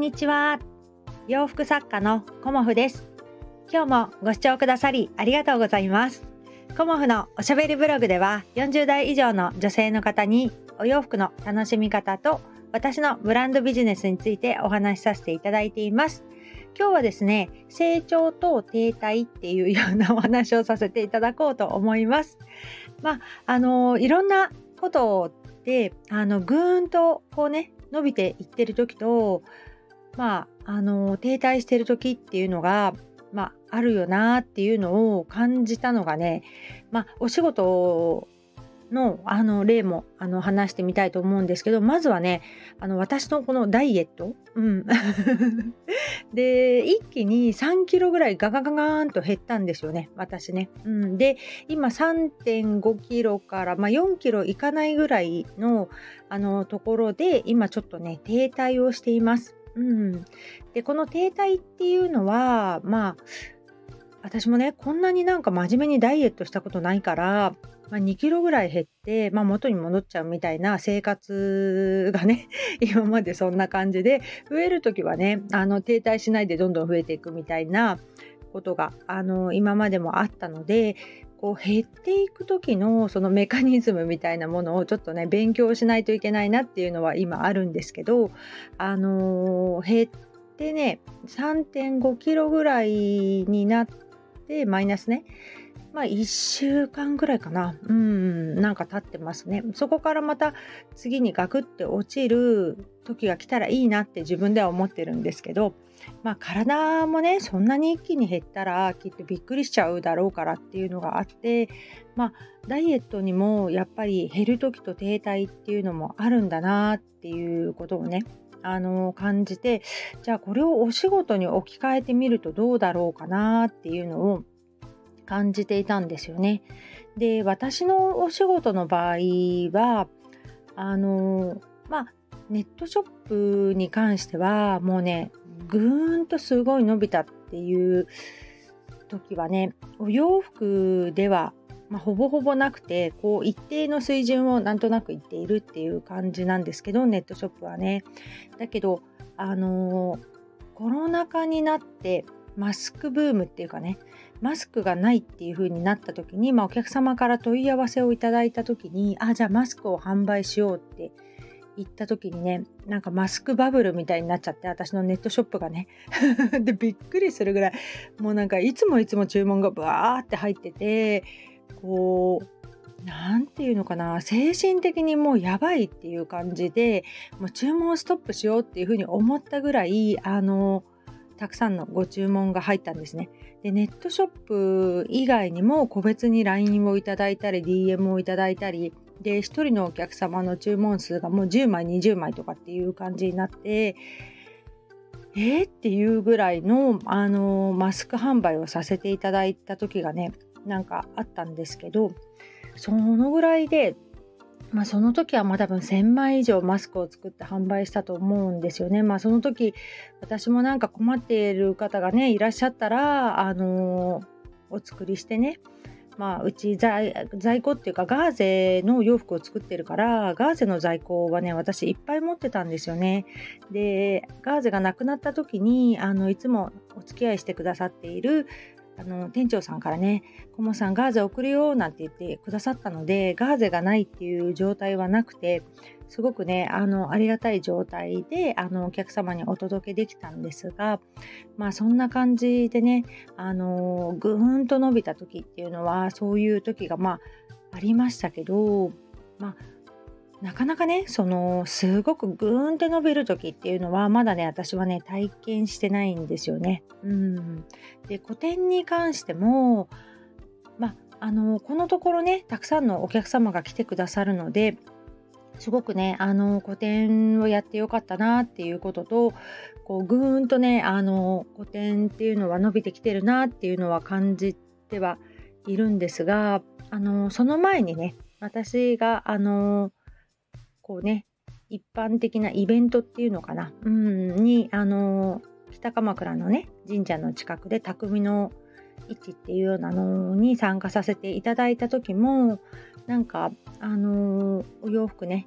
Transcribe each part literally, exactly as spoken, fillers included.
にちは。洋服作家のコモフです。今日もご視聴くださりありがとうございます。コモフのおしゃべりブログではよんじゅう代以上の女性の方にお洋服の楽しみ方と私のブランドビジネスについてお話しさせていただいています。今日はですね、成長と停滞っていうようなお話をさせていただこうと思います。まあ、あのいろんなことであのぐーんとこうね伸びていってる時と、まあ、あの停滞してる時っていうのが、まあ、あるよなっていうのを感じたのがね、まあ、お仕事の、あの例もあの話してみたいと思うんですけど、まずはね、あの私のこのダイエット、うん、で一気にさんキロぐらいガガガガーンと減ったんですよね、私ね。うん、で今 さんてんごキロから、まあ、よんキロいかないぐらいの、あのところで今ちょっとね停滞をしています。うん、でこの停滞っていうのは、まあ私もねこんなになんか真面目にダイエットしたことないから、まあ、にキロぐらい減って、まあ、元に戻っちゃうみたいな生活がね今までそんな感じで、増える時はねあの停滞しないでどんどん増えていくみたいなことがあの今までもあったので、こう減っていく時のそのメカニズムみたいなものをちょっとね勉強しないといけないなっていうのは今あるんですけど、あのー減ってね さんてんごキロぐらいになってマイナスね、まあいっしゅうかんぐらいかな、うんなんか経ってますね。そこからまた次にガクって落ちる時が来たらいいなって自分では思ってるんですけど、まあ体もねそんなに一気に減ったらきっとびっくりしちゃうだろうからっていうのがあって、まあダイエットにもやっぱり減る時と停滞っていうのもあるんだなっていうことをねあの感じて、じゃあこれをお仕事に置き換えてみるとどうだろうかなっていうのを感じていたんですよね。で私のお仕事の場合はあのまあネットショップに関してはもうねぐーんとすごい伸びたっていう時はね、お洋服では、まあ、ほぼほぼなくて、こう一定の水準をなんとなくいっているっていう感じなんですけど、ネットショップはね。だけどあのーコロナ禍になってマスクブームっていうかね、マスクがないっていう風になった時に、まあ、お客様から問い合わせをいただいた時に、あじゃあマスクを販売しようって言った時にね、なんかマスクバブルみたいになっちゃって、私のネットショップがねでびっくりするぐらい、もうなんかいつもいつも注文がバーって入ってて、こうなんていうのかな、精神的にもうやばいっていう感じで、もう注文をストップしようっていう風に思ったぐらい、あのたくさんのご注文が入ったんですね。でネットショップ以外にも個別に ライン をいただいたり ディーエム をいただいたりで、ひとりのお客様の注文数がもうじゅうまいにじゅうまいとかっていう感じになって、えー、っていうぐらいの、あのマスク販売をさせていただいた時がねなんかあったんですけど、そのぐらいで、まあ、その時はまあ多分せんまい以上マスクを作って販売したと思うんですよね。まあその時私もなんか困っている方がねいらっしゃったら、あのお作りしてね、まあ、うち 在, 在庫っていうかガーゼの洋服を作ってるから、ガーゼの在庫はね私いっぱい持ってたんですよね。でガーゼがなくなった時にあのいつもお付き合いしてくださっているあの店長さんからね、コモさんガーゼ送るよなんて言ってくださったので、ガーゼがないっていう状態はなくて、すごくねあのありがたい状態であのお客様にお届けできたんですが、まあそんな感じでね、あのぐーんと伸びた時っていうのはそういう時がまあありましたけど、まあなかなかねそのすごくぐーんって伸びる時っていうのはまだね私はね体験してないんですよね。うんで個展に関しても、まああのこのところねたくさんのお客様が来てくださるので、すごくねあの個展をやってよかったなっていうことと、こうぐーんとねあの個展っていうのは伸びてきてるなっていうのは感じてはいるんですが、あのその前にね私があのこうね一般的なイベントっていうのかな、うんにあの北鎌倉のね神社の近くで匠の市っていうようなのに参加させていただいた時も、なんかあのお洋服ね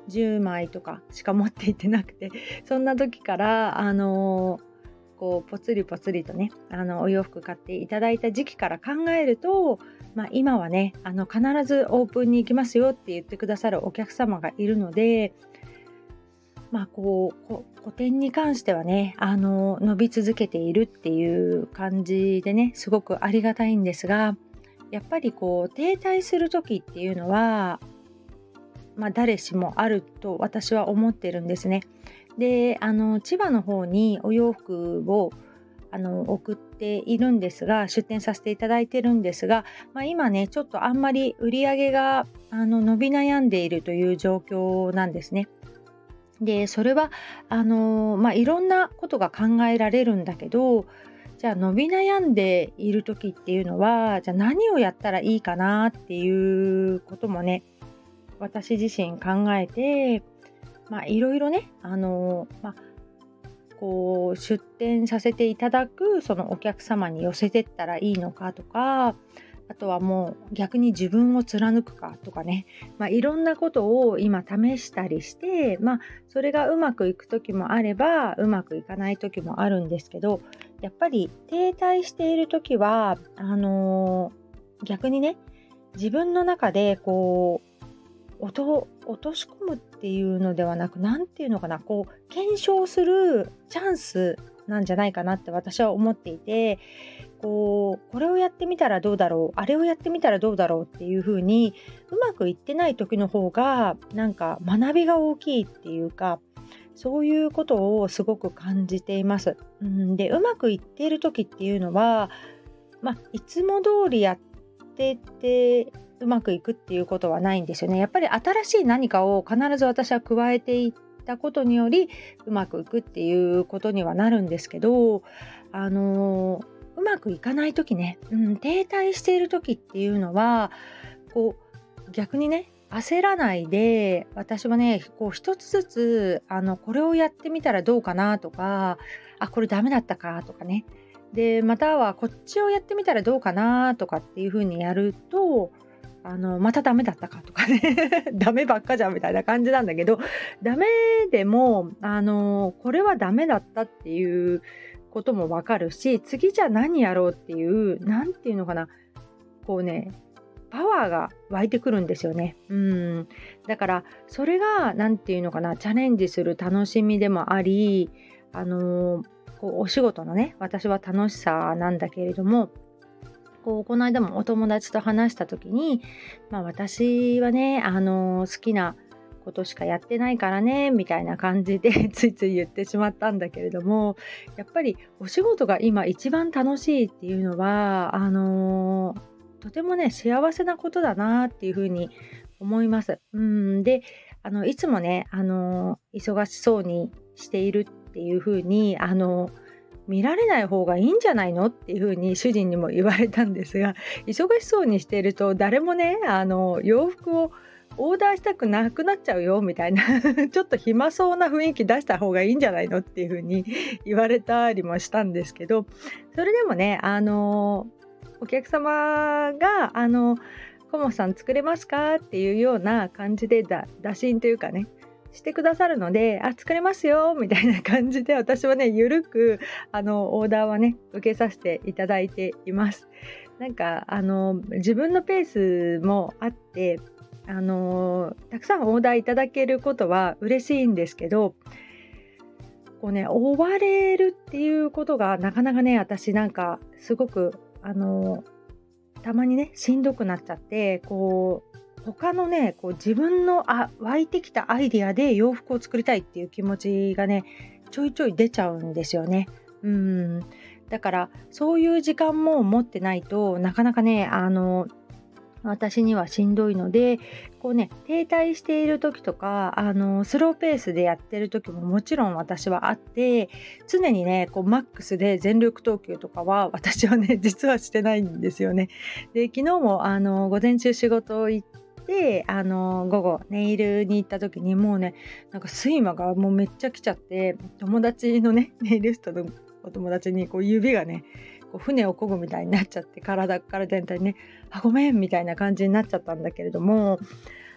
じゅうまいとかしか持っていってなくて、そんな時からあのこうぽつりぽつりとねあのお洋服買っていただいた時期から考えると、まあ、今はねあの必ずオープンに行きますよって言ってくださるお客様がいるので、まあ、こうこ個展に関してはねあの伸び続けているっていう感じでねすごくありがたいんですが、やっぱりこう停滞する時っていうのは、まあ、誰しもあると私は思ってるんですね。であの千葉の方にお洋服をあの送っているんですが、出店させていただいてるんですが、まあ、今ねちょっとあんまり売り上げがあの伸び悩んでいるという状況なんですね。でそれはあの、まあ、いろんなことが考えられるんだけど、じゃあ伸び悩んでいる時っていうのはじゃあ何をやったらいいかなっていうこともね私自身考えて、まあいろいろねあの、まあ、こう出店させていただくそのお客様に寄せてったらいいのかとか、あとはもう逆に自分を貫くかとかね、まあ、いろんなことを今試したりして、まあ、それがうまくいく時もあればうまくいかない時もあるんですけど、やっぱり停滞している時はあのー逆にね自分の中でこう落と落とし込むっていうのではなく、なんていうのかな、こう検証するチャンスなんじゃないかなって私は思っていて、こうこれをやってみたらどうだろう、あれをやってみたらどうだろうっていう風にうまくいってない時の方がなんか学びが大きいっていうか、そういうことをすごく感じています。うん、でうまくいっている時っていうのは、まあ、いつも通りやっててうまくいくっていうことはないんですよね。やっぱり新しい何かを必ず私は加えていったことによりうまくいくっていうことにはなるんですけど、あのーうまくいかない時ね、うん、停滞している時っていうのはこう逆にね焦らないで、私はねこう一つずつあのこれをやってみたらどうかなとか、あこれダメだったかとかね、でまたはこっちをやってみたらどうかなとかっていう風にやると、あのまたダメだったかとかねダメばっかじゃんみたいな感じなんだけど、ダメでもあのこれはダメだったっていうこともわかるし、次じゃあ何やろうっていうなんていうのかな、こうねパワーが湧いてくるんですよね。うんだからそれがなんていうのかな、チャレンジする楽しみでもあり、あのこうお仕事のね私は楽しさなんだけれども、こうこの間もお友達と話した時に、まあ、私はねあの好きなことしかやってないからねみたいな感じでついつい言ってしまったんだけれども、やっぱりお仕事が今一番楽しいっていうのはあのとてもね幸せなことだなっていうふうに思います。うんであのいつもねあの忙しそうにしているっていうふうにあの見られない方がいいんじゃないのっていうふうに主人にも言われたんですが、忙しそうにしていると誰もねあの洋服をオーダーしたくなくなっちゃうよみたいなちょっと暇そうな雰囲気出した方がいいんじゃないのっていうふうに言われたりもしたんですけど、それでもねあのお客様があのコモさん作れますかっていうような感じでだ打診というかねしてくださるので、あ作れますよみたいな感じで私はねゆるくあのオーダーはね受けさせていただいています。なんかあの自分のペースもあって、あのたくさんオーダーいただけることは嬉しいんですけど、こうね追われるっていうことがなかなかね私なんかすごくあのたまにねしんどくなっちゃって、こう他のねこう自分のあ湧いてきたアイディアで洋服を作りたいっていう気持ちがねちょいちょい出ちゃうんですよね。うんだからそういう時間も持ってないとなかなかねあの私にはしんどいので、こうね停滞している時とかあのスローペースでやってる時ももちろん私はあって、常にねこうマックスで全力投球とかは私はね実はしてないんですよね。で昨日もあの午前中仕事行ってあの午後ネイルに行った時にもうねなんか睡魔がもうめっちゃ来ちゃって、友達のねネイリストのお友達にこう指がねこう船を漕ぐみたいになっちゃって、体から全体にねあごめんみたいな感じになっちゃったんだけれども、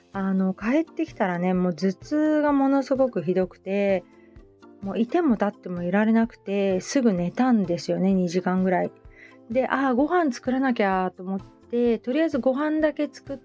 あの帰ってきたらね、もう頭痛がものすごくひどくて、もういても立ってもいられなくて、すぐ寝たんですよね、にじかんぐらい。で、ああ、ご飯作らなきゃと思って、とりあえずご飯だけ作って、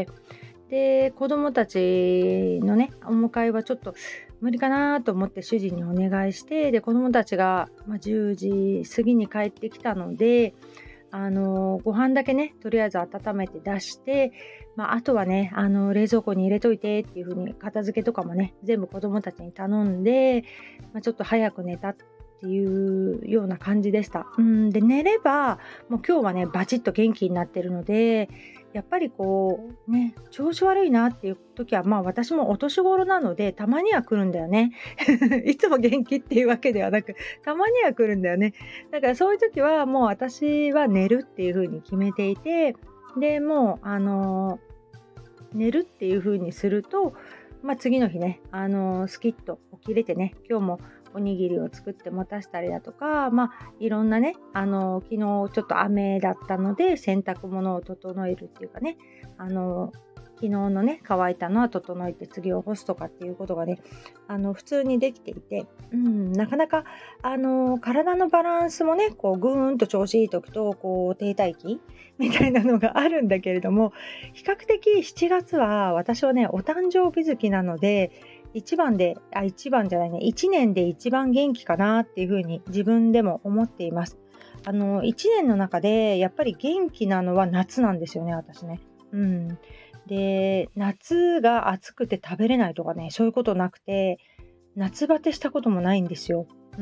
で、子供たちのね、お迎えはちょっと無理かなと思って主人にお願いして、で、子供たちが、まあ、じゅうじ過ぎに帰ってきたので、あのご飯だけね、とりあえず温めて出して、まあ、あとはね、あの冷蔵庫に入れといてっていう風に片付けとかもね、全部子供たちに頼んで、まあ、ちょっと早く寝たっていうような感じでした。うんで、寝ればもう今日はね、バチッと元気になってるので、やっぱりこうね、調子悪いなっていう時は、まあ私もお年頃なのでたまには来るんだよね。いつも元気っていうわけではなく、たまには来るんだよね。だからそういう時はもう私は寝るっていう風に決めていて、でもうあの寝るっていう風にすると、まあ、次の日ね、あのスキッと起きれてね、今日もおにぎりを作って持たせたりだとか、まあ、いろんなね、あの昨日ちょっと雨だったので洗濯物を整えるっていうかね、あの昨日のね、乾いたのは整えて次を干すとかっていうことがね、あの普通にできていて、うん、なかなかあの体のバランスもね、こうぐーんと調子いい時とこう停滞期みたいなのがあるんだけれども、比較的しちがつは私はね、お誕生日月なので、一番で、あ、一番じゃないね、一年で一番元気かなっていうふうに自分でも思っています。あの、一年の中でやっぱり元気なのは夏なんですよね、私ね。うん。で、夏が暑くて食べれないとかね、そういうことなくて、夏バテしたこともないんですよ。うん。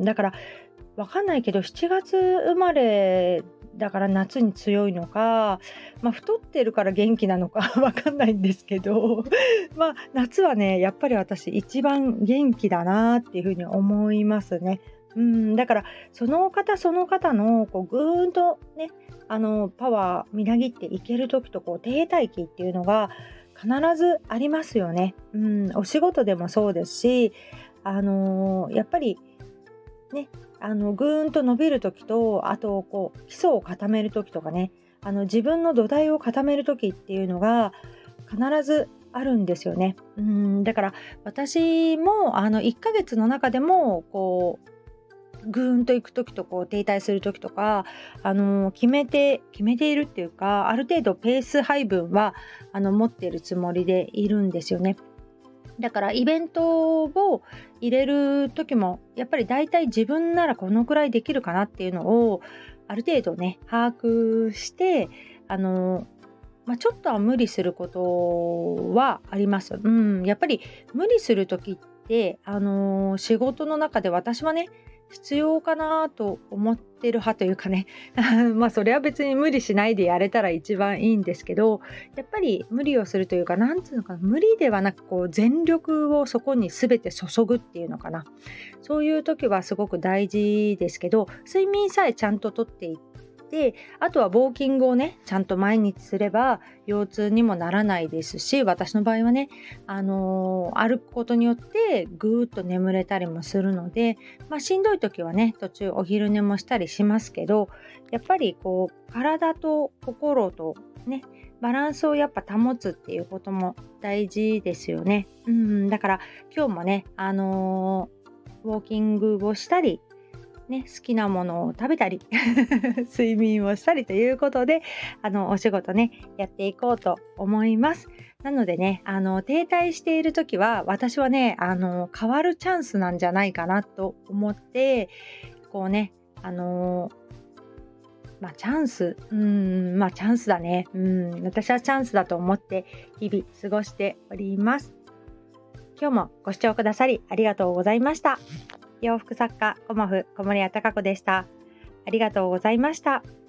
だから、わかんないけど、しちがつ生まれだから夏に強いのか、まあ、太ってるから元気なのかわかんないんですけど、まあ、夏はね、やっぱり私一番元気だなっていうふうに思いますね。うん、だからその方その方のこうぐーんとね、あのパワーみなぎっていける時とこう停滞期っていうのが必ずありますよね。うん、お仕事でもそうですし、あのーやっぱりね、あのぐーんと伸びる時と、あとこう基礎を固める時とかね、あの自分の土台を固める時っていうのが必ずあるんですよね。うんだから私もあのいっかげつの中でもこうぐーんと行く時とこう停滞する時とか、あの決めて決めているっていうか、ある程度ペース配分はあの持っているつもりでいるんですよね。だからイベントを入れる時もやっぱり大体自分ならこのくらいできるかなっていうのをある程度ね把握して、あの、まあ、ちょっとは無理することはあります。うん、やっぱり無理する時ってあの仕事の中で私はね必要かなと思ってる派というかねまあそれは別に無理しないでやれたら一番いいんですけど、やっぱり無理をするというか、なんていうのかな、無理ではなくこう全力をそこに全て注ぐっていうのかな、そういう時はすごく大事ですけど、睡眠さえちゃんととっていって、あとはウォーキングをねちゃんと毎日すれば腰痛にもならないですし、私の場合はね、あのー歩くことによってぐーっと眠れたりもするので、まあ、しんどい時はね途中お昼寝もしたりしますけど、やっぱりこう体と心とねバランスをやっぱ保つっていうことも大事ですよね。うんだから今日もね、あのーウォーキングをしたりね、好きなものを食べたり睡眠をしたりということで、あのお仕事ねやっていこうと思います。なのでね、あの停滞している時は私はね、あの変わるチャンスなんじゃないかなと思って、こうね、あのまあチャンス、うーんまあチャンスだね、うん私はチャンスだと思って日々過ごしております。今日もご視聴くださりありがとうございました。洋服作家コモフ小森屋隆子でした。ありがとうございました。